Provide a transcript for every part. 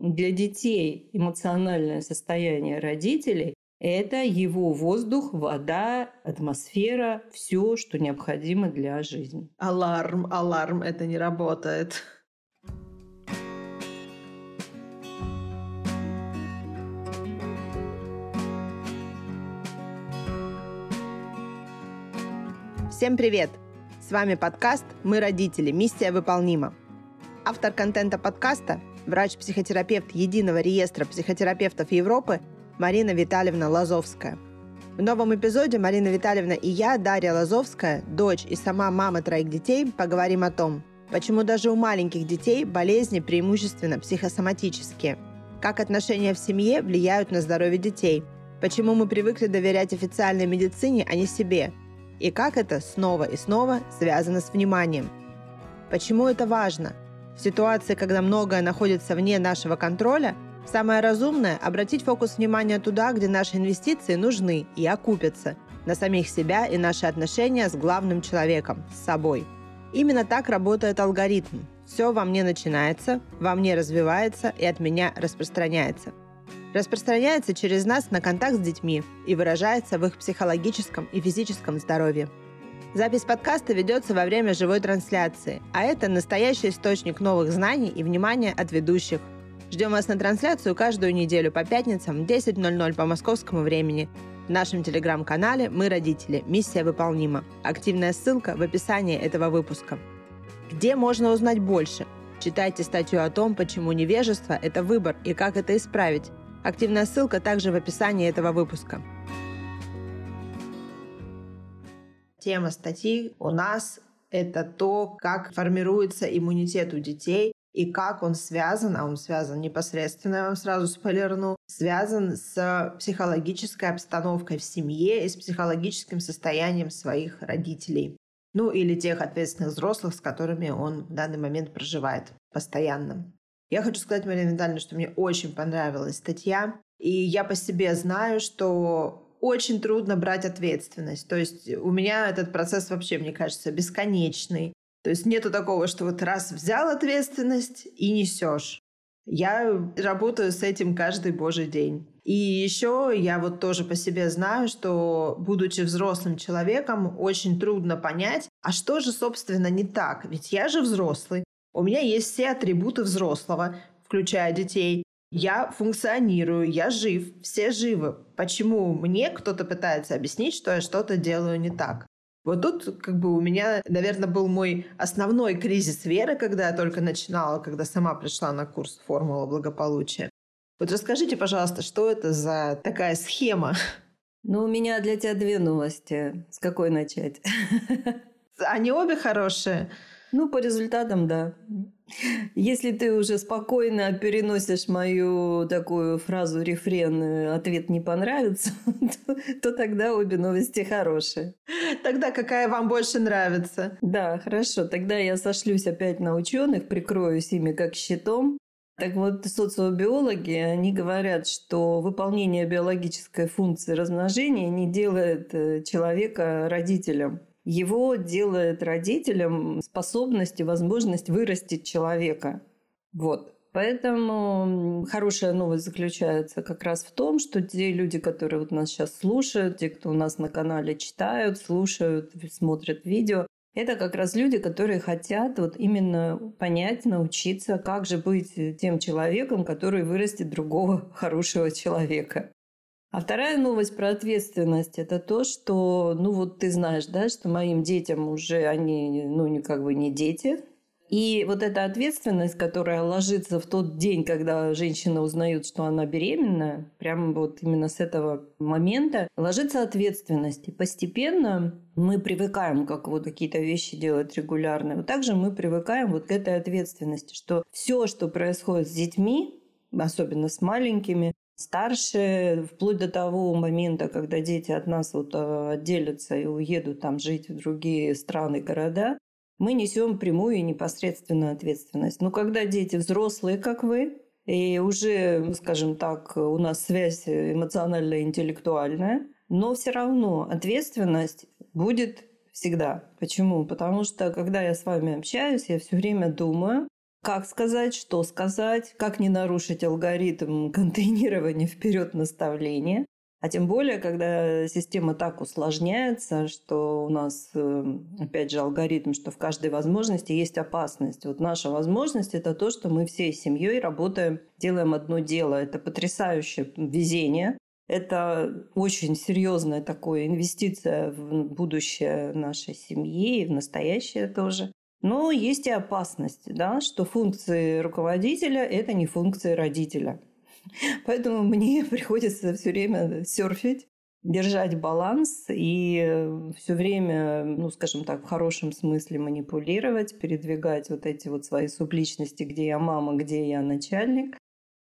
для детей эмоциональное состояние родителей – это его воздух, вода, атмосфера, все, что необходимо для жизни. Аларм, это не работает. Всем привет! С вами подкаст «Мы родители. Миссия выполнима». Автор контента подкаста – врач-психотерапевт Единого реестра психотерапевтов Европы Марина Витальевна Лазовская. В новом эпизоде Марина Витальевна и я, Дарья Лазовская, дочь и сама мама 3 детей, поговорим о том, почему даже у маленьких детей болезни преимущественно психосоматические, как отношения в семье влияют на здоровье детей, почему мы привыкли доверять официальной медицине, а не себе, и как это снова и снова связано с вниманием. Почему это важно? В ситуации, когда многое находится вне нашего контроля, самое разумное – обратить фокус внимания туда, где наши инвестиции нужны и окупятся, на самих себя и наши отношения с главным человеком, с собой. Именно так работает алгоритм. Все во мне начинается, во мне развивается и от меня распространяется. Распространяется через нас на контакт с детьми и выражается в их психологическом и физическом здоровье. Запись подкаста ведется во время живой трансляции, а это настоящий источник новых знаний и внимания от ведущих. Ждем вас на трансляцию каждую неделю по пятницам в 10:00 по московскому времени. В нашем телеграм-канале «Мы родители. Миссия выполнима». Активная ссылка в описании этого выпуска. Где можно узнать больше? Читайте статью о том, почему невежество – это выбор и как это исправить. Активная ссылка также в описании этого выпуска. Тема статьи у нас – это то, как формируется иммунитет у детей и как он связан, а он связан непосредственно, я вам сразу спойлерну, связан с психологической обстановкой в семье и с психологическим состоянием своих родителей. Ну или тех ответственных взрослых, с которыми он в данный момент проживает постоянно. Я хочу сказать, Марина Витальевна, что мне очень понравилась статья, и я по себе знаю, что очень трудно брать ответственность. То есть у меня этот процесс вообще, мне кажется, бесконечный. То есть нету такого, что вот раз взял ответственность и несешь. Я работаю с этим каждый божий день. И еще я вот тоже по себе знаю, что, будучи взрослым человеком, очень трудно понять, а что же, собственно, не так? Ведь я же взрослый. У меня есть все атрибуты взрослого, включая детей. Я функционирую, я жив, все живы. Почему мне кто-то пытается объяснить, что я что-то делаю не так? Вот тут как бы у меня, наверное, был мой основной кризис веры, когда я только начинала, когда сама пришла на курс «Формула благополучия». Вот расскажите, пожалуйста, что это за такая схема? Ну, у меня для тебя 2 новости. С какой начать? Они обе хорошие? Ну, по результатам, да. Если ты уже спокойно переносишь мою такую фразу-рефрен «ответ не понравится», то тогда обе новости хорошие. Тогда какая вам больше нравится? Да, хорошо. Тогда я сошлюсь опять на ученых, прикроюсь ими как щитом. Так вот, социобиологи, они говорят, что выполнение биологической функции размножения не делает человека родителем. Его делает родителем способность и возможность вырастить человека. Вот. Поэтому хорошая новость заключается как раз в том, что те люди, которые вот нас сейчас слушают, те, кто у нас на канале читают, слушают, смотрят видео, это как раз люди, которые хотят вот именно понять, научиться, как же быть тем человеком, который вырастет другого хорошего человека. А вторая новость про ответственность – это то, что, ну вот ты знаешь, да, что моим детям уже они, ну, как бы не дети. И вот эта ответственность, которая ложится в тот день, когда женщина узнает, что она беременна, прямо вот именно с этого момента ложится ответственность. И постепенно мы привыкаем, как вот какие-то вещи делать регулярно. Вот также мы привыкаем вот к этой ответственности, что все, что происходит с детьми, особенно с маленькими, старше, вплоть до того момента, когда дети от нас вот отделятся и уедут там жить в другие страны, города, мы несем прямую и непосредственную ответственность. Но когда дети взрослые, как вы, и уже, скажем так, у нас связь эмоциональная, интеллектуальная, но все равно ответственность будет всегда. Почему? Потому что, когда я с вами общаюсь, я все время думаю, Как сказать, что сказать, как не нарушить алгоритм контейнирования вперед наставления. А тем более, когда система так усложняется, что у нас, опять же, алгоритм, что в каждой возможности есть опасность. Вот наша возможность – это то, что мы всей семьей работаем, делаем одно дело. Это потрясающее везение. Это очень серьезная такая инвестиция в будущее нашей семьи и в настоящее тоже. Но есть и опасность, да, что функции руководителя – это не функции родителя. Поэтому мне приходится все время серфить, держать баланс и все время, ну, скажем так, в хорошем смысле манипулировать, передвигать вот эти вот свои субличности, где я мама, где я начальник.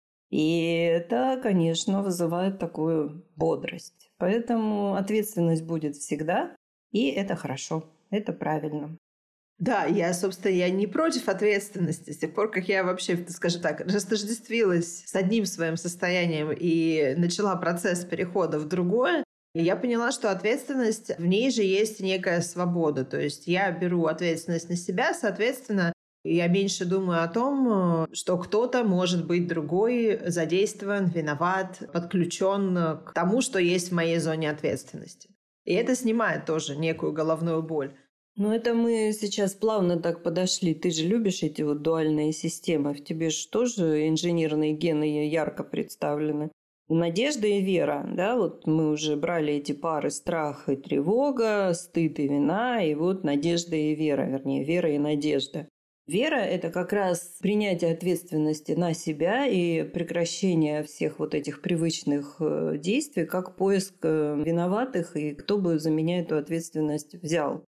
И это, конечно, вызывает такую бодрость. Поэтому ответственность будет всегда, и это хорошо, это правильно. Да, я не против ответственности. С тех пор, как я вообще, скажем так, растождествилась с одним своим состоянием и начала процесс перехода в другое, я поняла, что ответственность, в ней же есть некая свобода. То есть я беру ответственность на себя, соответственно, я меньше думаю о том, что кто-то, может быть, другой задействован, виноват, подключен к тому, что есть в моей зоне ответственности. И это снимает тоже некую головную боль. Ну, это мы сейчас плавно так подошли. Ты же любишь эти вот дуальные системы. В тебе же тоже инженерные гены ярко представлены. Надежда и вера, да, вот мы уже брали эти пары страх и тревога, стыд и вина, и вот надежда и вера, вернее, вера и надежда. Вера – это как раз принятие ответственности на себя и прекращение всех вот этих привычных действий, как поиск виноватых и кто бы за меня эту ответственность взял.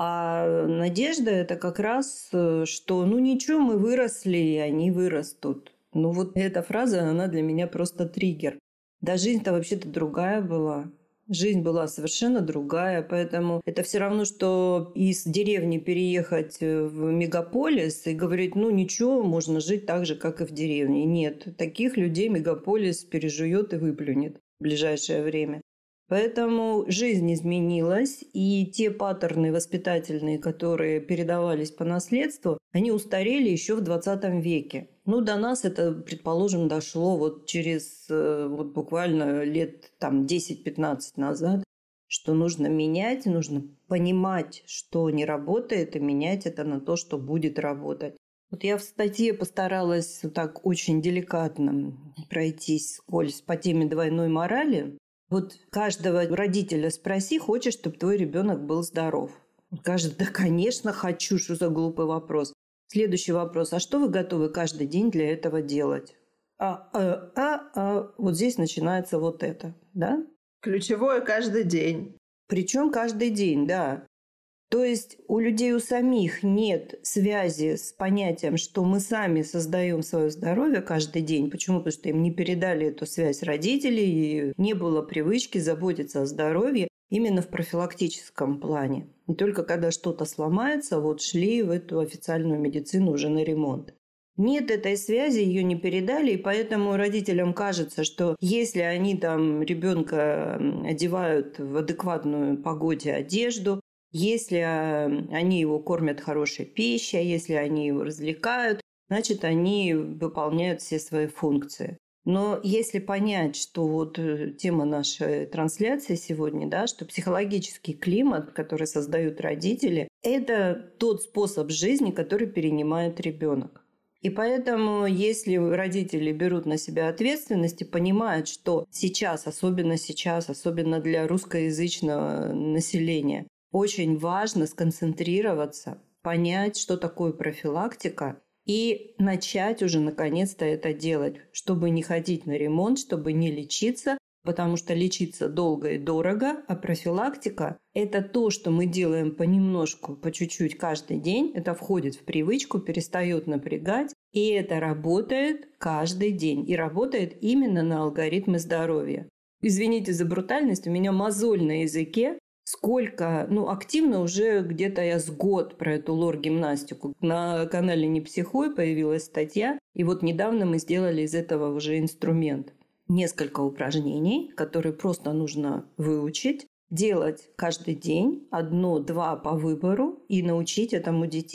А надежда – это как раз, что ну ничего, мы выросли, и они вырастут. Ну вот эта фраза, она для меня просто триггер. Да жизнь-то вообще-то другая была. Жизнь была совершенно другая, поэтому это все равно, что из деревни переехать в мегаполис и говорить, ну ничего, можно жить так же, как и в деревне. Нет, таких людей мегаполис пережует и выплюнет в ближайшее время. Поэтому жизнь изменилась, и те паттерны воспитательные, которые передавались по наследству, они устарели еще в 20 веке. Ну, до нас это, предположим, дошло вот через вот буквально лет там, 10-15 назад, что нужно менять, нужно понимать, что не работает, и менять это на то, что будет работать. Вот я в статье постаралась так очень деликатно пройтись вскользь по теме двойной морали. Вот каждого родителя спроси, хочешь, чтобы твой ребенок был здоров. Он скажет, да, конечно, хочу, что за глупый вопрос. Следующий вопрос, а что вы готовы каждый день для этого делать? Вот здесь начинается вот это, да? Ключевое каждый день. Причем каждый день, да. То есть у людей у самих нет связи с понятием, что мы сами создаем свое здоровье каждый день. Почему? Потому что им не передали эту связь родители, и не было привычки заботиться о здоровье именно в профилактическом плане. И только когда что-то сломается, вот шли в эту официальную медицину уже на ремонт. Нет этой связи, ее не передали, и поэтому родителям кажется, что если они там ребенка одевают в адекватную погоде одежду, если они его кормят хорошей пищей, если они его развлекают, значит, они выполняют все свои функции. Но если понять, что вот тема нашей трансляции сегодня, да, что психологический климат, который создают родители, это тот способ жизни, который перенимает ребенок. И поэтому, если родители берут на себя ответственность и понимают, что сейчас, особенно для русскоязычного населения, очень важно сконцентрироваться, понять, что такое профилактика, и начать уже наконец-то это делать, чтобы не ходить на ремонт, чтобы не лечиться, потому что лечиться долго и дорого, а профилактика – это то, что мы делаем понемножку, по чуть-чуть каждый день, это входит в привычку, перестает напрягать, и это работает каждый день, и работает именно на алгоритмы здоровья. Извините за брутальность, у меня мозоль на языке, сколько, активно уже где-то я с год про эту лор-гимнастику. На канале «Не психуй» появилась статья, и вот недавно мы сделали из этого уже инструмент. Несколько упражнений, которые просто нужно выучить, делать каждый день, 1-2 по выбору и научить этому детей.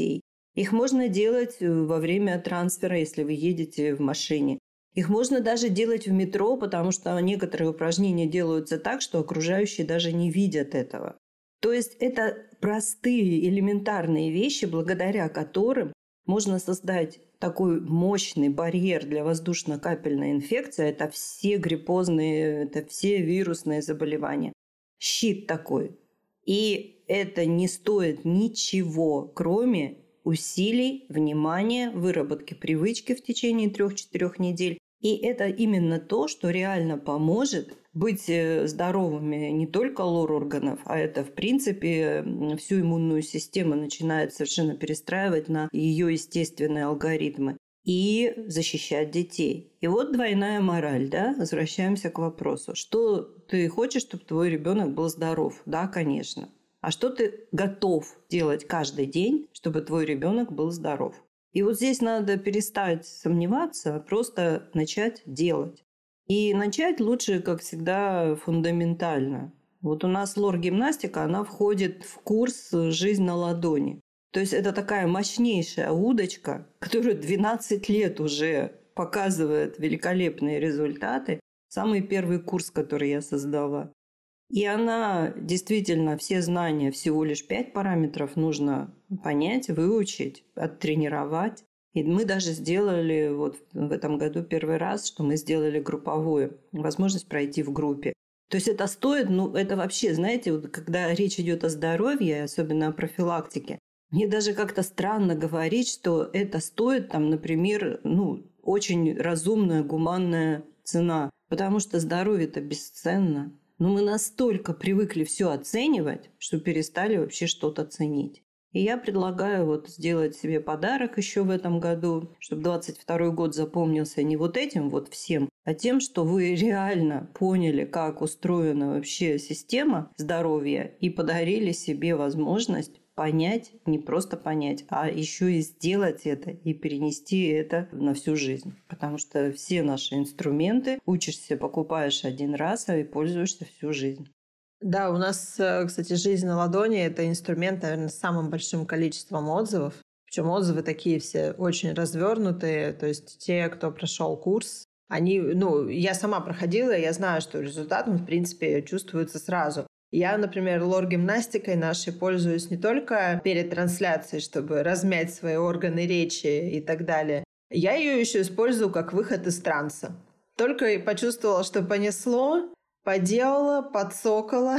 Их можно делать во время трансфера, если вы едете в машине. Их можно даже делать в метро, потому что некоторые упражнения делаются так, что окружающие даже не видят этого. То есть это простые, элементарные вещи, благодаря которым можно создать такой мощный барьер для воздушно-капельной инфекции. Это все гриппозные, это все вирусные заболевания. Щит такой. И это не стоит ничего, кроме усилий, внимания, выработки привычки в течение 3-4 недель. И это именно то, что реально поможет быть здоровыми не только лор-органов, а это, в принципе, всю иммунную систему начинает совершенно перестраивать на ее естественные алгоритмы и защищать детей. И вот двойная мораль, да? Возвращаемся к вопросу. Что ты хочешь, чтобы твой ребенок был здоров? Да, конечно. А что ты готов делать каждый день, чтобы твой ребенок был здоров? И вот здесь надо перестать сомневаться, а просто начать делать. И начать лучше, как всегда, фундаментально. Вот у нас лор-гимнастика, она входит в курс «Жизнь на ладони». То есть это такая мощнейшая удочка, которая 12 лет уже показывает великолепные результаты. Самый первый курс, который я создала. И она действительно, все знания, всего лишь 5 параметров нужно понять, выучить, оттренировать. И мы даже сделали вот в этом году первый раз, что мы сделали групповую, возможность пройти в группе. То есть это стоит, это вообще, знаете, вот когда речь идет о здоровье, особенно о профилактике, мне даже как-то странно говорить, что это стоит, там, например, очень разумная, гуманная цена, потому что здоровье-то бесценно. Но мы настолько привыкли все оценивать, что перестали вообще что-то ценить. И я предлагаю вот сделать себе подарок еще в этом году, чтобы 22-й год запомнился не вот этим вот всем, а тем, что вы реально поняли, как устроена вообще система здоровья и подарили себе возможность понять, не просто понять, а еще и сделать это и перенести это на всю жизнь. Потому что все наши инструменты учишься, покупаешь один раз, и пользуешься всю жизнь. Да, у нас, кстати, «Жизнь на ладони» — это инструмент, наверное, с самым большим количеством отзывов. Причем отзывы такие все очень развернутые. То есть те, кто прошел курс, они, я сама проходила, я знаю, что результат, в принципе, чувствуется сразу. Я, например, лор-гимнастикой нашей пользуюсь не только перед трансляцией, чтобы размять свои органы речи и так далее. Я ее еще использую как выход из транса. Только почувствовала, что понесло, поделала, подсокала,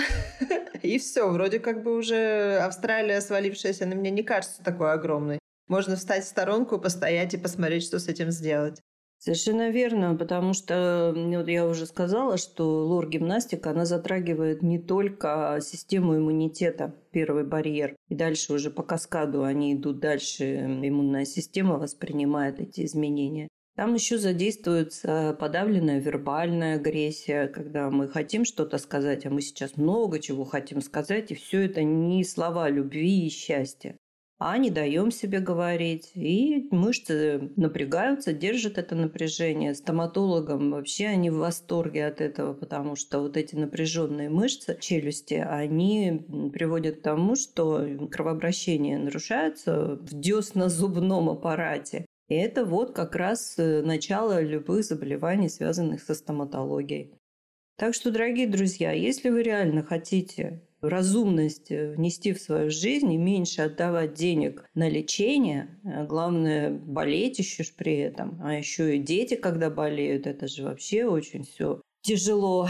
и все. Вроде как бы уже Австралия, свалившаяся на меня, не кажется такой огромной. Можно встать в сторонку, постоять и посмотреть, что с этим сделать. Совершенно верно, потому что вот я уже сказала, что лор-гимнастика, она затрагивает не только систему иммунитета, первый барьер, и дальше уже по каскаду они идут дальше, иммунная система воспринимает эти изменения. Там еще задействуется подавленная вербальная агрессия, когда мы хотим что-то сказать, а мы сейчас много чего хотим сказать, и все это не слова любви и счастья. А не даем себе говорить, и мышцы напрягаются, держат это напряжение. Стоматологам вообще они в восторге от этого, потому что вот эти напряженные мышцы челюсти, они приводят к тому, что кровообращение нарушается в дёсно-зубном аппарате. И это вот как раз начало любых заболеваний, связанных со стоматологией. Так что, дорогие друзья, если вы реально хотите разумность внести в свою жизнь и меньше отдавать денег на лечение, главное болеть еще при этом, а еще и дети, когда болеют, это же вообще очень все тяжело.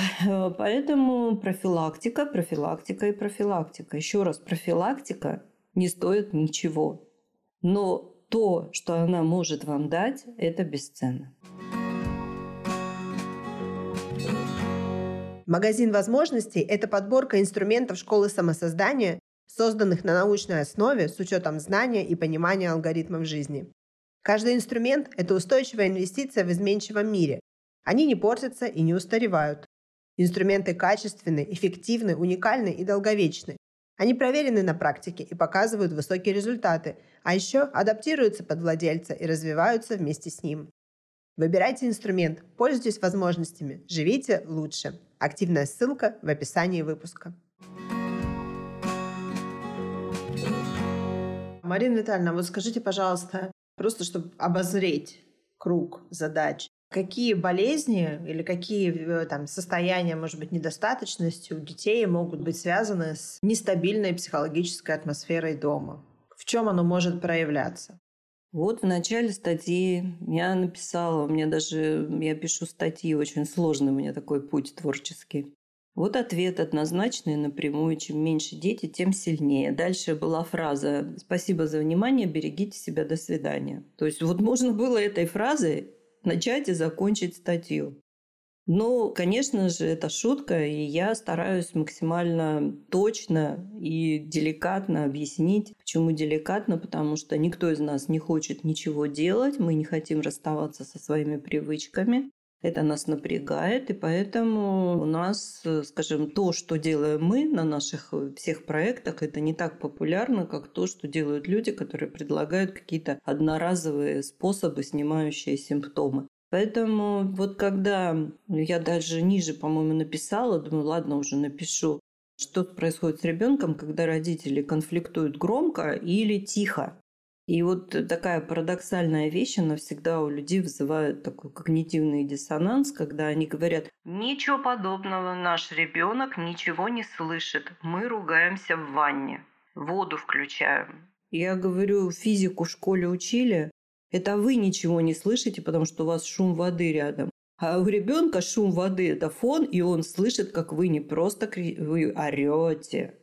Поэтому профилактика, профилактика и профилактика. Еще раз, профилактика не стоит ничего, но то, что она может вам дать, это бесценно. Магазин возможностей – это подборка инструментов школы самосоздания, созданных на научной основе с учетом знания и понимания алгоритмов жизни. Каждый инструмент – это устойчивая инвестиция в изменчивом мире. Они не портятся и не устаревают. Инструменты качественны, эффективны, уникальны и долговечны. Они проверены на практике и показывают высокие результаты, а еще адаптируются под владельца и развиваются вместе с ним. Выбирайте инструмент, пользуйтесь возможностями, живите лучше. Активная ссылка в описании выпуска. Марина Витальевна, вот скажите, пожалуйста, просто чтобы обозреть круг задач, какие болезни или какие там состояния, может быть, недостаточности у детей могут быть связаны с нестабильной психологической атмосферой дома? В чем оно может проявляться? Вот в начале статьи я написала, я пишу статьи, очень сложный у меня такой путь творческий. Вот ответ однозначный напрямую: чем меньше дети, тем сильнее. Дальше была фраза: «Спасибо за внимание, берегите себя, до свидания». То есть вот можно было этой фразой начать и закончить статью. Ну, конечно же, это шутка, и я стараюсь максимально точно и деликатно объяснить. Почему деликатно? Потому что никто из нас не хочет ничего делать, мы не хотим расставаться со своими привычками. Это нас напрягает, и поэтому у нас, скажем, то, что делаем мы на наших всех проектах, это не так популярно, как то, что делают люди, которые предлагают какие-то одноразовые способы, снимающие симптомы. Поэтому вот когда я даже ниже, по-моему, написала, думаю, ладно, уже напишу, что происходит с ребенком, когда родители конфликтуют громко или тихо. И вот такая парадоксальная вещь, она всегда у людей вызывает такой когнитивный диссонанс, когда они говорят: «Ничего подобного, наш ребенок ничего не слышит, мы ругаемся в ванне, воду включаем». Я говорю, физику в школе учили, это вы ничего не слышите, потому что у вас шум воды рядом. А у ребенка шум воды – это фон, и он слышит, как вы не просто вы орете.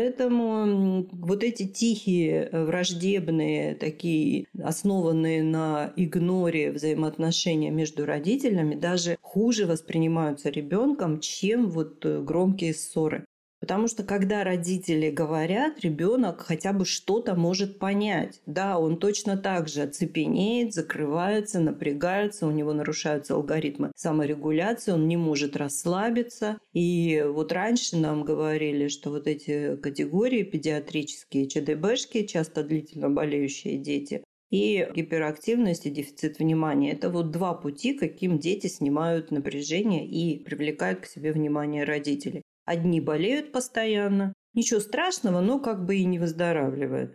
Поэтому вот эти тихие, враждебные, такие, основанные на игноре взаимоотношения между родителями, даже хуже воспринимаются ребенком, чем вот громкие ссоры. Потому что когда родители говорят, ребенок хотя бы что-то может понять. Да, он точно так же оцепенеет, закрывается, напрягается, у него нарушаются алгоритмы саморегуляции, он не может расслабиться. И вот раньше нам говорили, что вот эти категории педиатрические, ЧДБшки, часто длительно болеющие дети, и гиперактивность и дефицит внимания – это вот два пути, каким дети снимают напряжение и привлекают к себе внимание родителей. Одни болеют постоянно, ничего страшного, но как бы и не выздоравливают.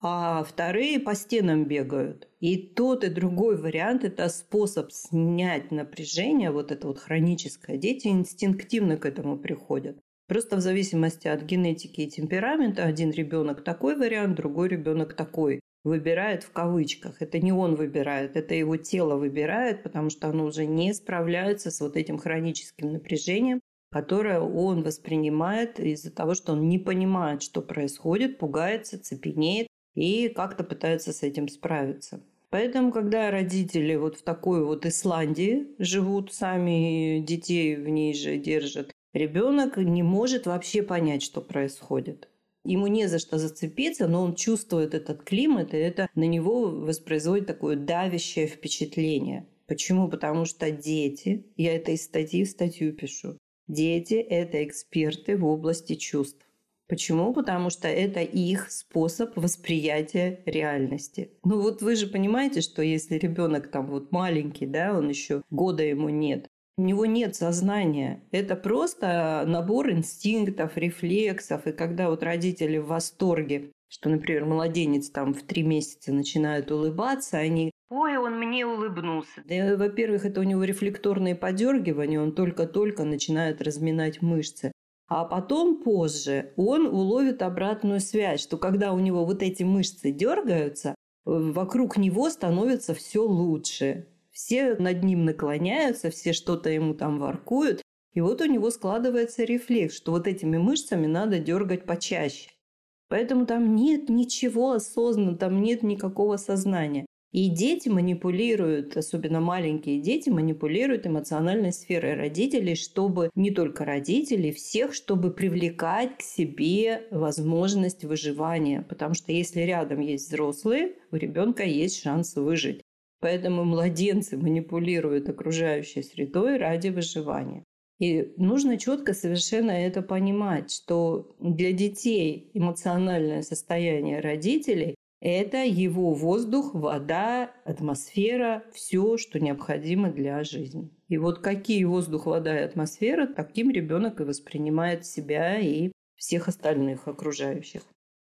А вторые по стенам бегают. И тот, и другой вариант – это способ снять напряжение, вот это вот хроническое. Дети инстинктивно к этому приходят. Просто в зависимости от генетики и темперамента один ребенок такой вариант, другой ребенок такой. Выбирает в кавычках. Это не он выбирает, это его тело выбирает, потому что оно уже не справляется с вот этим хроническим напряжением, которое он воспринимает из-за того, что он не понимает, что происходит, пугается, цепенеет и как-то пытается с этим справиться. Поэтому, когда родители вот в такой вот Исландии живут, сами детей в ней же держат, ребенок не может вообще понять, что происходит. Ему не за что зацепиться, но он чувствует этот климат, и это на него воспроизводит такое давящее впечатление. Почему? Потому что дети, я это из статьи в статью пишу, дети – это эксперты в области чувств. Почему? Потому что это их способ восприятия реальности. Ну вот вы же понимаете, что если ребенок там вот маленький, да, он еще года ему нет, у него нет сознания. Это просто набор инстинктов, рефлексов. И когда вот родители в восторге, что, например, младенец там в 3 месяца начинает улыбаться, они: «Ой, он мне улыбнулся». Да, во-первых, это у него рефлекторные подергивания, он только-только начинает разминать мышцы. А потом, позже, он уловит обратную связь, что когда у него вот эти мышцы дергаются, вокруг него становится все лучше. Все над ним наклоняются, все что-то ему там воркуют. И вот у него складывается рефлекс, что вот этими мышцами надо дергать почаще. Поэтому там нет ничего осознанного, там нет никакого сознания. И дети манипулируют, особенно маленькие дети, манипулируют эмоциональной сферой родителей, чтобы не только родителей, всех, чтобы привлекать к себе возможность выживания. Потому что если рядом есть взрослые, у ребенка есть шанс выжить. Поэтому младенцы манипулируют окружающей средой ради выживания. И нужно четко совершенно это понимать, что для детей эмоциональное состояние родителей – это его воздух, вода, атмосфера, все, что необходимо для жизни. И вот какие воздух, вода и атмосфера, таким ребенок и воспринимает себя и всех остальных окружающих.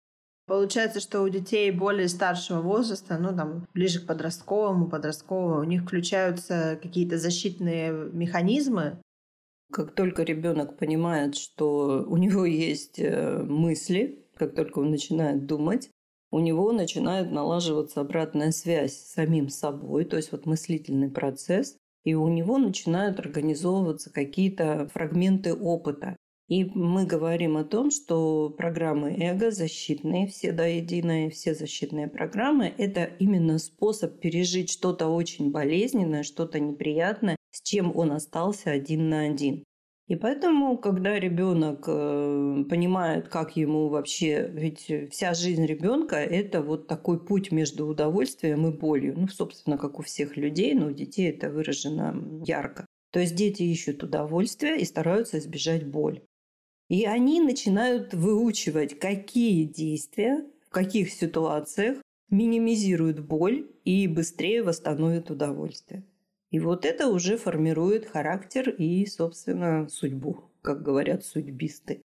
Получается, что у детей более старшего возраста, ближе к подростковому, у них включаются какие-то защитные механизмы. Как только ребенок понимает, что у него есть мысли, как только он начинает думать, у него начинает налаживаться обратная связь с самим собой, то есть вот мыслительный процесс, и у него начинают организовываться какие-то фрагменты опыта. И мы говорим о том, что программы эго защитные, все до единой, все защитные программы – это именно способ пережить что-то очень болезненное, что-то неприятное, с чем он остался один на один. И поэтому, когда ребенок понимает, как ему вообще, ведь вся жизнь ребенка – это вот такой путь между удовольствием и болью. Собственно, как у всех людей, но у детей это выражено ярко. То есть дети ищут удовольствие и стараются избежать боль. И они начинают выучивать, какие действия, в каких ситуациях минимизируют боль и быстрее восстановят удовольствие. И вот это уже формирует характер и, собственно, судьбу, как говорят судьбисты.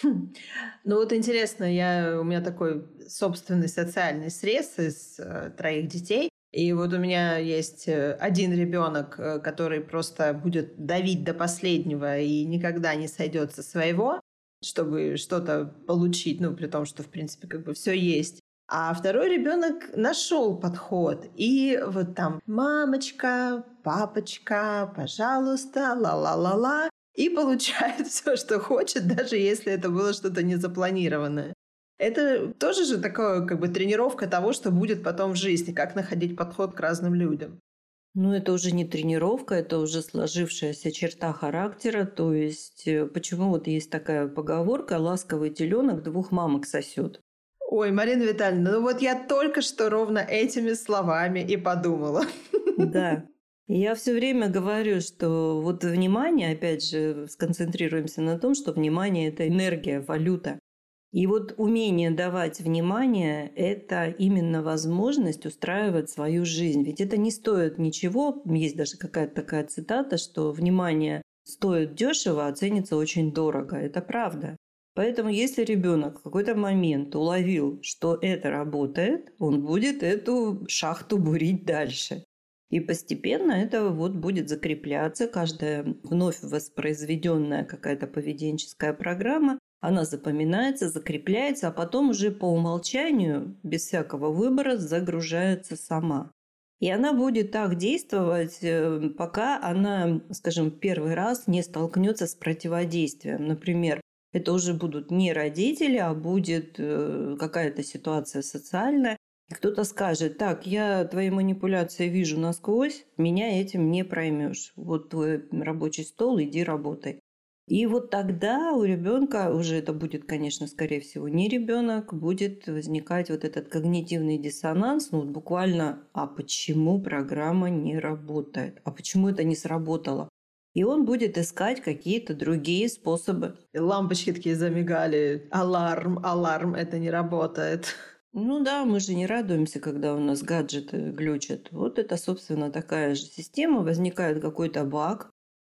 Интересно, у меня такой собственный социальный срез из 3 детей. И вот у меня есть один ребенок, который просто будет давить до последнего и никогда не сойдет со своего, чтобы что-то получить, при том, что, в принципе, все есть. А второй ребенок нашел подход. И вот там мамочка, папочка, пожалуйста, ла-ла-ла-ла. И получает все, что хочет, даже если это было что-то незапланированное. Это тоже же такое, тренировка того, что будет потом в жизни, как находить подход к разным людям. Это уже не тренировка, это уже сложившаяся черта характера. То есть, почему вот есть такая поговорка «ласковый теленок 2 мамок сосет». Ой, Марина Витальевна, я только что ровно этими словами и подумала. Да. И я все время говорю, что вот внимание, опять же, сконцентрируемся на том, что внимание – это энергия, валюта. И вот умение давать внимание – это именно возможность устраивать свою жизнь. Ведь это не стоит ничего. Есть даже какая-то такая цитата, что внимание стоит дешево, а ценится очень дорого. Это правда. Поэтому если ребенок в какой-то момент уловил, что это работает, он будет эту шахту бурить дальше. И постепенно это будет закрепляться. Каждая вновь воспроизведенная какая-то поведенческая программа, она запоминается, закрепляется, а потом уже по умолчанию, без всякого выбора, загружается сама. И она будет так действовать, пока она, скажем, первый раз не столкнется с противодействием. Например, это уже будут не родители, а будет какая-то ситуация социальная. И кто-то скажет: так, я твои манипуляции вижу насквозь, меня этим не проймешь. Вот твой рабочий стол, иди работай. И вот тогда у ребенка уже это будет, конечно, скорее всего, не ребенок, будет возникать вот этот когнитивный диссонанс, буквально: а почему программа не работает? А почему это не сработало? И он будет искать какие-то другие способы. Лампочки такие замигали. Аларм, это не работает. Да, мы же не радуемся, когда у нас гаджеты глючат. Вот это, собственно, такая же система. Возникает какой-то баг,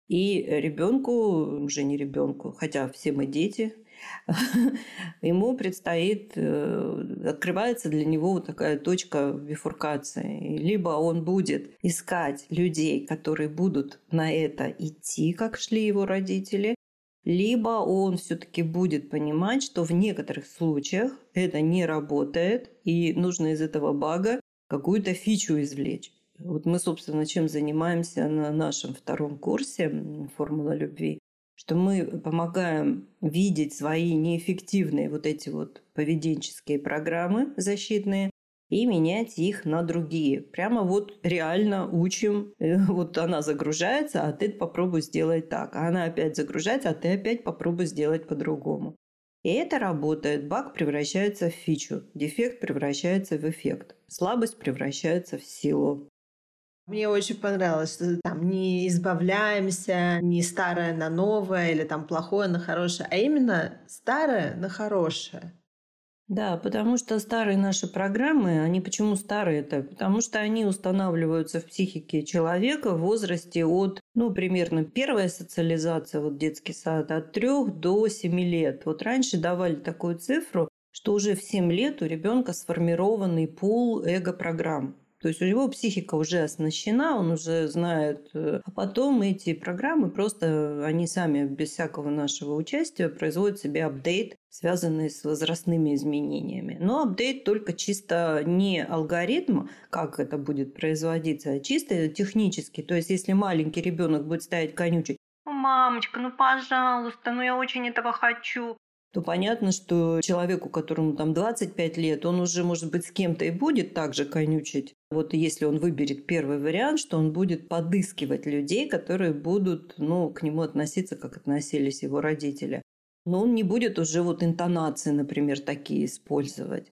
и ребенку, уже не ребенку, хотя все мы дети, ему предстоит, открывается для него вот такая точка бифуркации. Либо он будет искать людей, которые будут на это идти, как шли его родители, либо он все-таки будет понимать, что в некоторых случаях это не работает, и нужно из этого бага какую-то фичу извлечь. Вот мы, собственно, чем занимаемся на нашем 2 курсе «Формула любви», что мы помогаем видеть свои неэффективные вот эти поведенческие программы защитные и менять их на другие. Прямо реально учим. Вот она загружается, а ты попробуй сделать так. А она опять загружается, а ты опять попробуй сделать по-другому. И это работает. Баг превращается в фичу. Дефект превращается в эффект. Слабость превращается в силу. Мне очень понравилось, что там не избавляемся, не старое на новое или там плохое на хорошее, а именно старое на хорошее. Да, потому что старые наши программы, они почему старые-то? Потому что они устанавливаются в психике человека в возрасте от, примерно первая социализация, детский сад, от 3 до 7 лет. Раньше давали такую цифру, что уже в 7 лет у ребенка сформированный пул эго-программ. То есть у него психика уже оснащена, он уже знает. А потом эти программы просто, они сами без всякого нашего участия производят себе апдейт, связанный с возрастными изменениями. Но апдейт только чисто не алгоритм, как это будет производиться, а чисто технически. То есть если маленький ребенок будет стоять конючить: «Мамочка, ну пожалуйста, ну я очень этого хочу», то понятно, что человеку, которому там 25 лет, он уже, может быть, с кем-то и будет так же конючить. Вот если он выберет первый вариант, что он будет подыскивать людей, которые будут, к нему относиться, как относились его родители. Но он не будет уже интонации, например, такие использовать.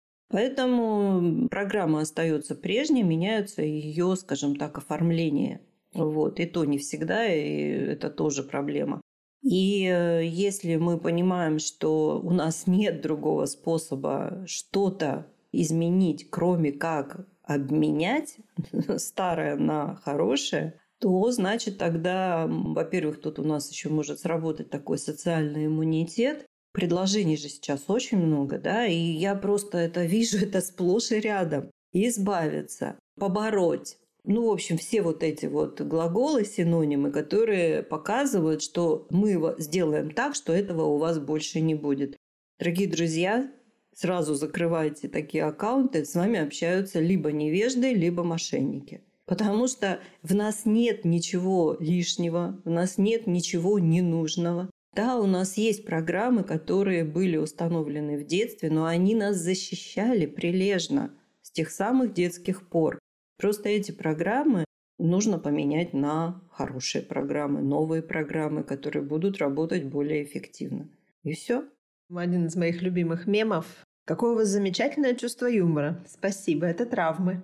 Поэтому программа остается прежней, меняются ее, скажем так, оформление. И то не всегда, и это тоже проблема. И если мы понимаем, что у нас нет другого способа что-то изменить, кроме как обменять старое на хорошее, то значит тогда, во-первых, тут у нас еще может сработать такой социальный иммунитет. Предложений же сейчас очень много, да, и я просто это вижу, это сплошь и рядом. Избавиться, побороть. В общем, все эти глаголы, синонимы, которые показывают, что мы сделаем так, что этого у вас больше не будет. Дорогие друзья, сразу закрывайте такие аккаунты, с вами общаются либо невежды, либо мошенники. Потому что в нас нет ничего лишнего, в нас нет ничего ненужного. Да, у нас есть программы, которые были установлены в детстве, но они нас защищали прилежно с тех самых детских пор. Просто эти программы нужно поменять на хорошие программы, новые программы, которые будут работать более эффективно. И все. Один из моих любимых мемов. Какое у вас замечательное чувство юмора. Спасибо, это травмы.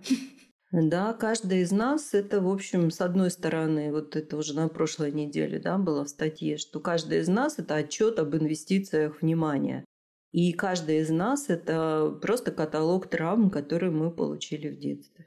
Да, каждый из нас, это, в общем, с одной стороны, это уже на прошлой неделе, да, было в статье, что каждый из нас – это отчет об инвестициях внимания. И каждый из нас – это просто каталог травм, которые мы получили в детстве.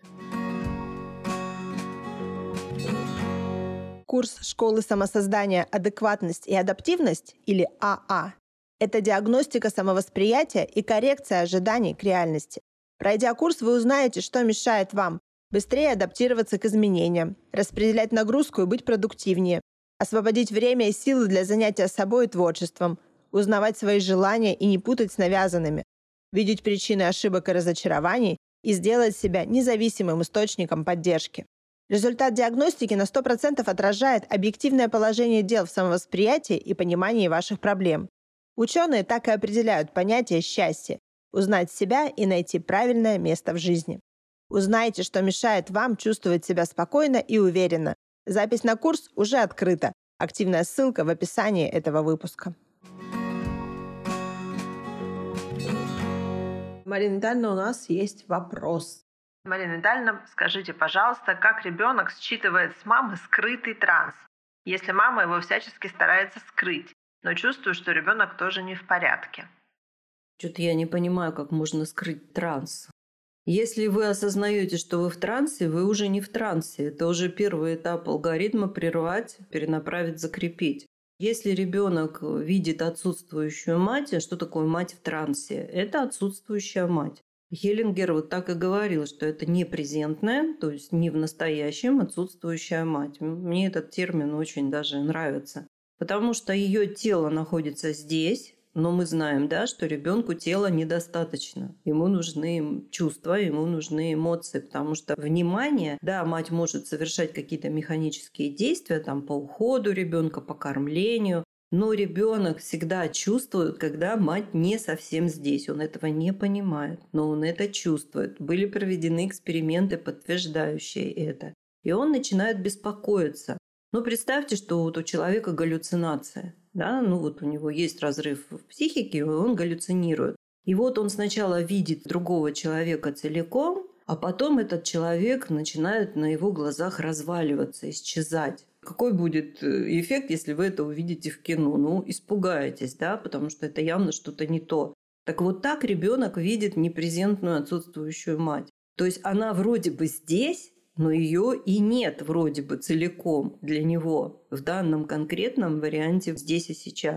Курс школы самосоздания «Адекватность и адаптивность» или АА – это диагностика самовосприятия и коррекция ожиданий к реальности. Пройдя курс, вы узнаете, что мешает вам быстрее адаптироваться к изменениям, распределять нагрузку и быть продуктивнее, освободить время и силы для занятия собой и творчеством, узнавать свои желания и не путать с навязанными, видеть причины ошибок и разочарований и сделать себя независимым источником поддержки. Результат диагностики на 100% отражает объективное положение дел в самовосприятии и понимании ваших проблем. Ученые так и определяют понятие счастья – узнать себя и найти правильное место в жизни. Узнайте, что мешает вам чувствовать себя спокойно и уверенно. Запись на курс уже открыта. Активная ссылка в описании этого выпуска. Марина Витальевна, у нас есть вопрос. Марина Витальевна, скажите, пожалуйста, как ребенок считывает с мамы скрытый транс, если мама его всячески старается скрыть, но чувствует, что ребенок тоже не в порядке? Что-то я не понимаю, как можно скрыть транс. Если вы осознаете, что вы в трансе, вы уже не в трансе. Это уже первый этап алгоритма: прервать, перенаправить, закрепить. Если ребенок видит отсутствующую мать, а что такое мать в трансе? Это отсутствующая мать. Хеллингер так и говорил, что это не презентная, то есть не в настоящем отсутствующая мать. Мне этот термин очень даже нравится. Потому что ее тело находится здесь, но мы знаем, да, что ребенку тела недостаточно. Ему нужны чувства, ему нужны эмоции, потому что внимание, да, мать может совершать какие-то механические действия по уходу ребенка, по кормлению, но ребенок всегда чувствует, когда мать не совсем здесь. Он этого не понимает, но он это чувствует. Были проведены эксперименты, подтверждающие это. И он начинает беспокоиться. Представьте, что у человека галлюцинация. Да? У него есть разрыв в психике, и он галлюцинирует. И он сначала видит другого человека целиком, а потом этот человек начинает на его глазах разваливаться, исчезать. Какой будет эффект, если вы это увидите в кино? Испугаетесь, да, потому что это явно что-то не то. Так ребенок видит непрезентную отсутствующую мать. То есть она вроде бы здесь, но ее и нет вроде бы целиком для него в данном конкретном варианте здесь и сейчас.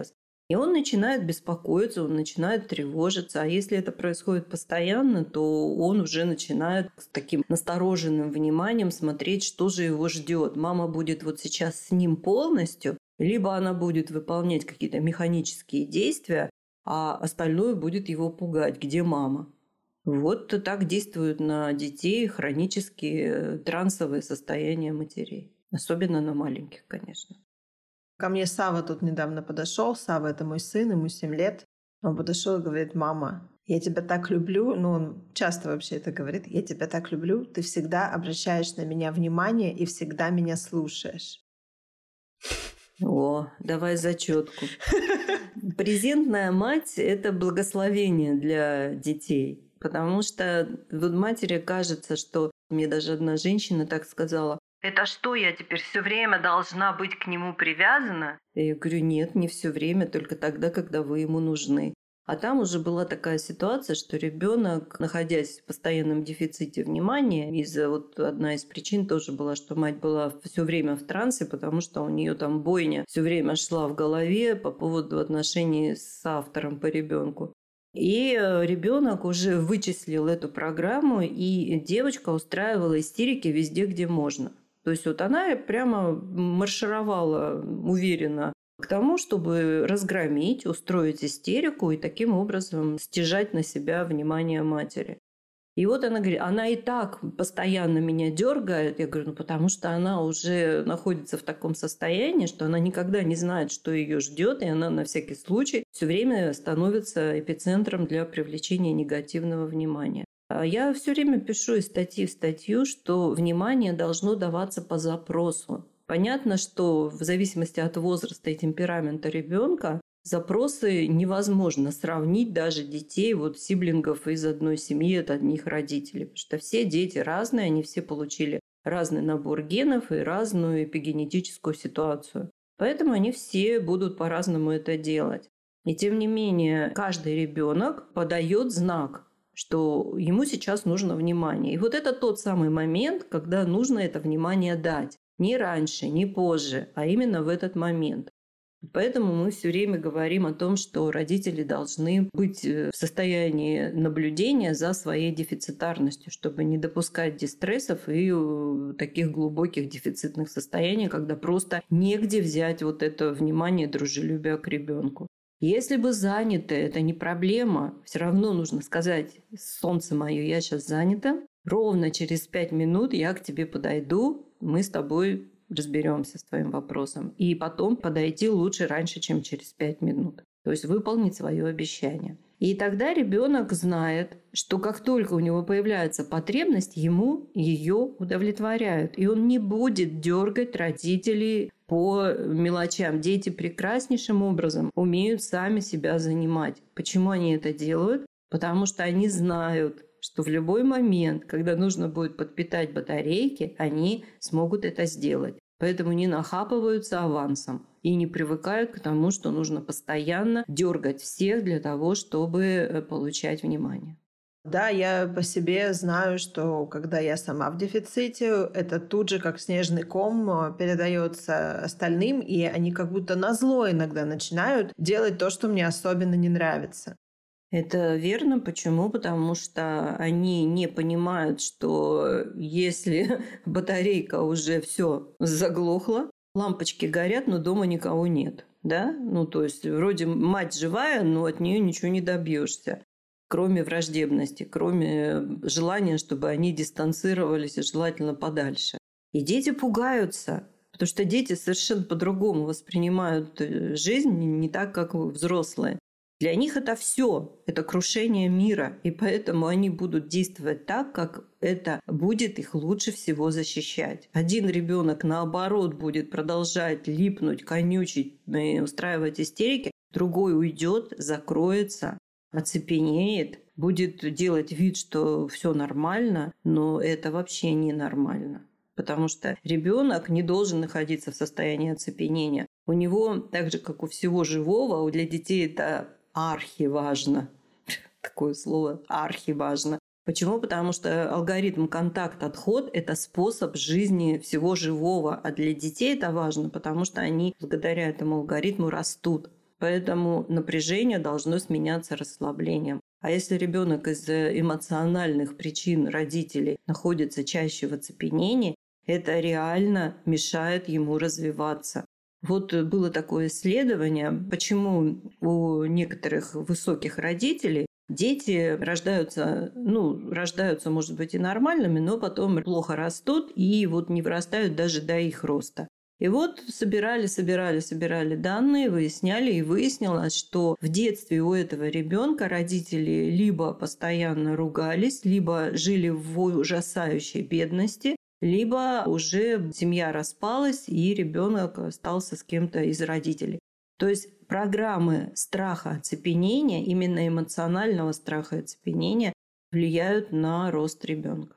И он начинает беспокоиться, он начинает тревожиться. А если это происходит постоянно, то он уже начинает с таким настороженным вниманием смотреть, что же его ждет. Мама будет вот сейчас с ним полностью, либо она будет выполнять какие-то механические действия, а остальное будет его пугать. Где мама? Вот так действуют на детей хронические трансовые состояния матерей. Особенно на маленьких, конечно. Ко мне Сава тут недавно подошел. Сава — это мой сын, ему 7 лет. Он подошел и говорит: «Мама, я тебя так люблю». Ну, он часто вообще это говорит. «Я тебя так люблю. Ты всегда обращаешь на меня внимание и всегда меня слушаешь». О, давай зачетку. Презентная мать – это благословение для детей. Потому что вот матери кажется, что... Мне даже одна женщина так сказала: «Это что, я теперь все время должна быть к нему привязана?» Я говорю: нет, не все время, только тогда, когда вы ему нужны. А там уже была такая ситуация, что ребенок, находясь в постоянном дефиците внимания, одна из причин тоже была, что мать была все время в трансе, потому что у нее там бойня все время шла в голове по поводу отношений с автором по ребенку. И ребенок уже вычислил эту программу, и девочка устраивала истерики везде, где можно. То есть вот она прямо маршировала уверенно к тому, чтобы разгромить, устроить истерику и таким образом стяжать на себя внимание матери. И вот она говорит: она и так постоянно меня дергает. Я говорю: потому что она уже находится в таком состоянии, что она никогда не знает, что ее ждет, и она на всякий случай все время становится эпицентром для привлечения негативного внимания. Я все время пишу из статьи в статью, что внимание должно даваться по запросу. Понятно, что в зависимости от возраста и темперамента ребенка запросы невозможно сравнить даже детей, сиблингов из одной семьи, от одних родителей. Потому что все дети разные, они все получили разный набор генов и разную эпигенетическую ситуацию. Поэтому они все будут по-разному это делать. И тем не менее, каждый ребенок подает знак, что ему сейчас нужно внимание. И вот это тот самый момент, когда нужно это внимание дать. Не раньше, не позже, а именно в этот момент. Поэтому мы все время говорим о том, что родители должны быть в состоянии наблюдения за своей дефицитарностью, чтобы не допускать дистрессов и таких глубоких дефицитных состояний, когда просто негде взять вот это внимание, дружелюбие к ребенку. Если бы заняты, это не проблема. Все равно нужно сказать: солнце мое, я сейчас занята. Ровно через 5 минут я к тебе подойду, мы с тобой разберемся с твоим вопросом. И потом подойти лучше раньше, чем через 5 минут. То есть выполнить свое обещание. И тогда ребенок знает, что как только у него появляется потребность, ему ее удовлетворяют. И он не будет дергать родителей по мелочам. Дети прекраснейшим образом умеют сами себя занимать. Почему они это делают? Потому что они знают, что в любой момент, когда нужно будет подпитать батарейки, они смогут это сделать. Поэтому не нахапываются авансом и не привыкают к тому, что нужно постоянно дергать всех для того, чтобы получать внимание. Да, я по себе знаю, что когда я сама в дефиците, это тут же как снежный ком передается остальным, и они как будто назло иногда начинают делать то, что мне особенно не нравится. Это верно. Почему? Потому что они не понимают, что если батарейка уже все заглохла, лампочки горят, но дома никого нет. Да? То есть вроде мать живая, но от нее ничего не добьешься. Кроме враждебности, кроме желания, чтобы они дистанцировались и желательно подальше. И дети пугаются, потому что дети совершенно по-другому воспринимают жизнь, не так, как взрослые. Для них это все, это крушение мира, и поэтому они будут действовать так, как это будет их лучше всего защищать. Один ребенок, наоборот, будет продолжать липнуть, конючить, устраивать истерики, другой уйдет, закроется, оцепенеет, будет делать вид, что все нормально, но это вообще не нормально. Потому что ребенок не должен находиться в состоянии оцепенения. У него, так же, как у всего живого, для детей это архиважно. Такое слово архиважно. Почему? Потому что алгоритм контакт-отход – это способ жизни всего живого. А для детей это важно, потому что они благодаря этому алгоритму растут. Поэтому напряжение должно сменяться расслаблением. А если ребенок из-за эмоциональных причин родителей находится чаще в оцепенении, это реально мешает ему развиваться. Вот было такое исследование, почему у некоторых высоких родителей дети рождаются, может быть, и нормальными, но потом плохо растут и вот не вырастают даже до их роста. И вот собирали данные, выясняли, и выяснилось, что в детстве у этого ребенка родители либо постоянно ругались, либо жили в ужасающей бедности, либо уже семья распалась, и ребенок остался с кем-то из родителей. То есть программы страха оцепенения, именно эмоционального страха оцепенения, влияют на рост ребенка.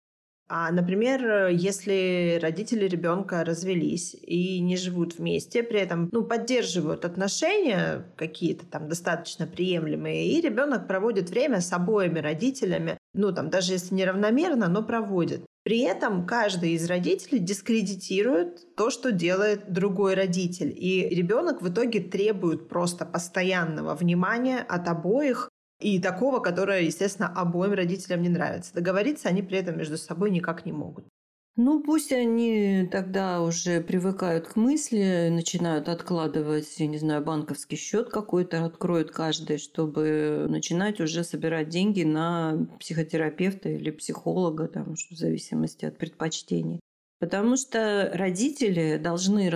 А, например, если родители ребенка развелись и не живут вместе, при этом поддерживают отношения какие-то там достаточно приемлемые, и ребенок проводит время с обоими родителями, даже если неравномерно, но проводит. При этом каждый из родителей дискредитирует то, что делает другой родитель. И ребенок в итоге требует просто постоянного внимания от обоих, и такого, которое, естественно, обоим родителям не нравится. Договориться они при этом между собой никак не могут. Пусть они тогда уже привыкают к мысли, начинают откладывать, я не знаю, банковский счет какой-то откроют каждый, чтобы начинать уже собирать деньги на психотерапевта или психолога, там, в зависимости от предпочтений. Потому что родители должны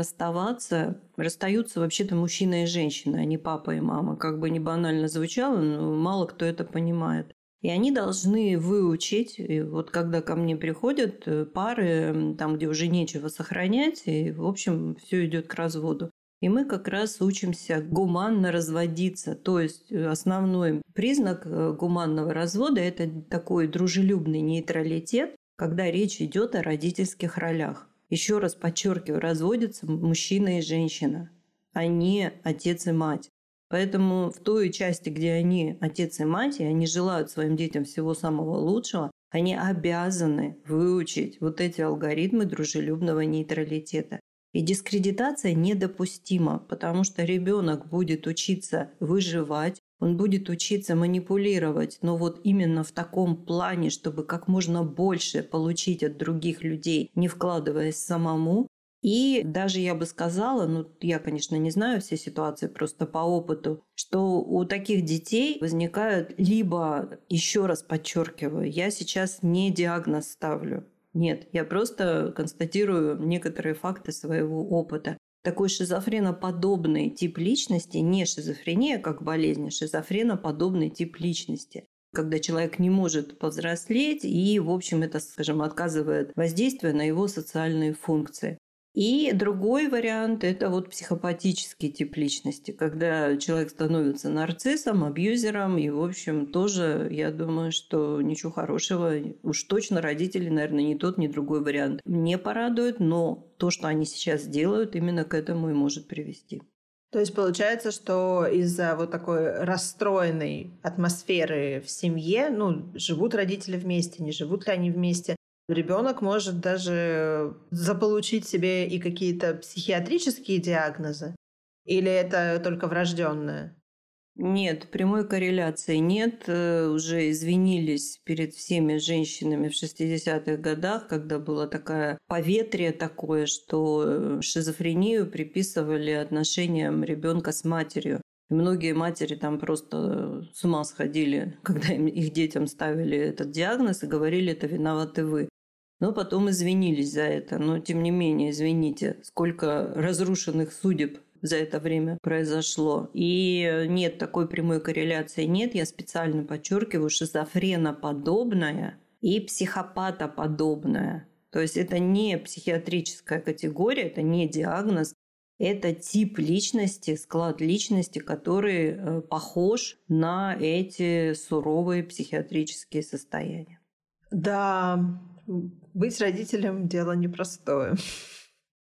расстаются вообще-то мужчина и женщина, а не папа и мама. Как бы не банально звучало, но мало кто это понимает. И они должны выучить, и вот когда ко мне приходят пары, там, где уже нечего сохранять, и, в общем, все идет к разводу. И мы как раз учимся гуманно разводиться. То есть основной признак гуманного развода – это такой дружелюбный нейтралитет, когда речь идет о родительских ролях. Еще раз подчеркиваю, разводятся мужчина и женщина, а не отец и мать. Поэтому в той части, где они отец и мать, и они желают своим детям всего самого лучшего, они обязаны выучить вот эти алгоритмы дружелюбного нейтралитета. И дискредитация недопустима, потому что ребенок будет учиться выживать, он будет учиться манипулировать, но вот именно в таком плане, чтобы как можно больше получить от других людей, не вкладываясь самому. И даже я бы сказала, я, конечно, не знаю все ситуации, просто по опыту, что у таких детей возникают либо, еще раз подчеркиваю, я сейчас не диагноз ставлю. Нет, я просто констатирую некоторые факты своего опыта. Такой шизофреноподобный тип личности, не шизофрения как болезнь, а шизофреноподобный тип личности, когда человек не может повзрослеть и, в общем, это, скажем, отказывает воздействие на его социальные функции. И другой вариант – это вот психопатический тип личности, когда человек становится нарциссом, абьюзером, и, в общем, тоже, я думаю, что ничего хорошего, уж точно родители, наверное, ни тот, ни другой вариант не порадуют, но то, что они сейчас делают, именно к этому и может привести. То есть получается, что из-за вот такой расстроенной атмосферы в семье, живут родители вместе, не живут ли они вместе, ребенок может даже заполучить себе и какие-то психиатрические диагнозы? Или это только врожденное? Нет, прямой корреляции нет. Уже извинились перед всеми женщинами в 60-х годах, когда было такое поветрие такое, что шизофрению приписывали отношениям ребенка с матерью. И многие матери там просто с ума сходили, когда их детям ставили этот диагноз и говорили, это виноваты вы. Но потом извинились за это. Но тем не менее, извините, сколько разрушенных судеб за это время произошло. И нет, такой прямой корреляции нет. Я специально подчеркиваю, шизофреноподобная и психопатоподобная. То есть это не психиатрическая категория, это не диагноз, это тип личности, склад личности, который похож на эти суровые психиатрические состояния. Да, быть родителем – дело непростое.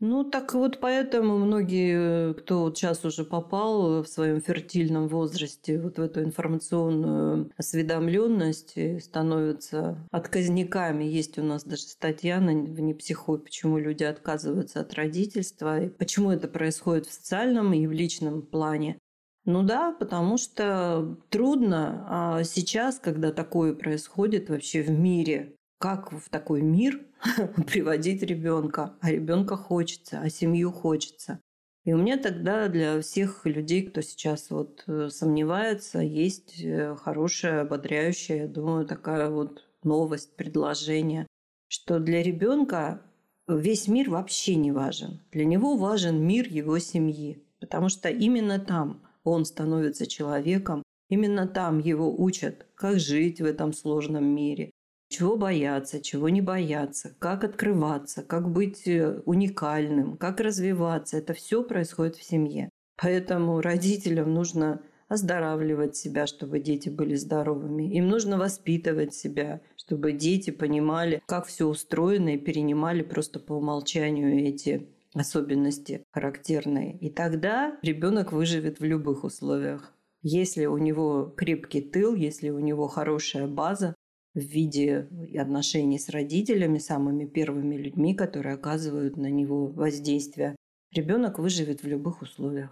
Ну, так вот поэтому многие, кто вот сейчас уже попал в своем фертильном возрасте вот в эту информационную осведомленность, становятся отказниками. Есть у нас даже статья в «Непсихой», почему люди отказываются от родительства, и почему это происходит в социальном и в личном плане. Ну да, потому что трудно, а сейчас, когда такое происходит вообще в мире, как в такой мир приводить ребенка? А ребенка хочется, а семью хочется. И у меня тогда для всех людей, кто сейчас вот сомневается, есть хорошая, ободряющая, я думаю, такая вот новость, предложение, что для ребенка весь мир вообще не важен. Для него важен мир его семьи, потому что именно там он становится человеком, именно там его учат, как жить в этом сложном мире, чего бояться, чего не бояться, как открываться, как быть уникальным, как развиваться. Это все происходит в семье. Поэтому родителям нужно оздоравливать себя, чтобы дети были здоровыми. Им нужно воспитывать себя, чтобы дети понимали, как все устроено, и перенимали просто по умолчанию эти особенности характерные. И тогда ребенок выживет в любых условиях. Если у него крепкий тыл, если у него хорошая база, в виде отношений с родителями, самыми первыми людьми, которые оказывают на него воздействие, ребенок выживет в любых условиях.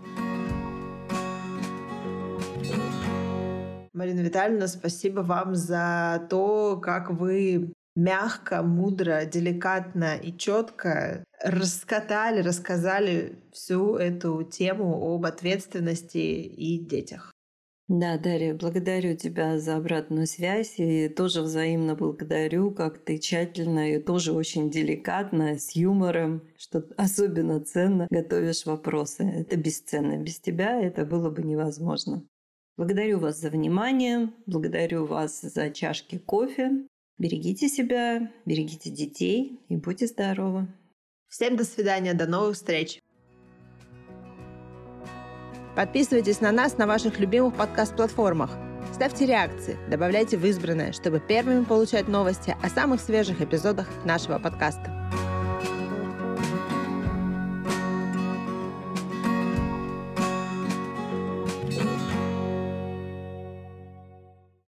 Марина Витальевна, спасибо вам за то, как вы мягко, мудро, деликатно и четко рассказали всю эту тему об ответственности и детях. Да, Дарья, благодарю тебя за обратную связь и тоже взаимно благодарю, как ты тщательно и тоже очень деликатно, с юмором, что особенно ценно готовишь вопросы. Это бесценно. Без тебя это было бы невозможно. Благодарю вас за внимание, благодарю вас за чашки кофе. Берегите себя, берегите детей и будьте здоровы. Всем до свидания, до новых встреч. Подписывайтесь на нас на ваших любимых подкаст-платформах. Ставьте реакции, добавляйте в избранное, чтобы первыми получать новости о самых свежих эпизодах нашего подкаста.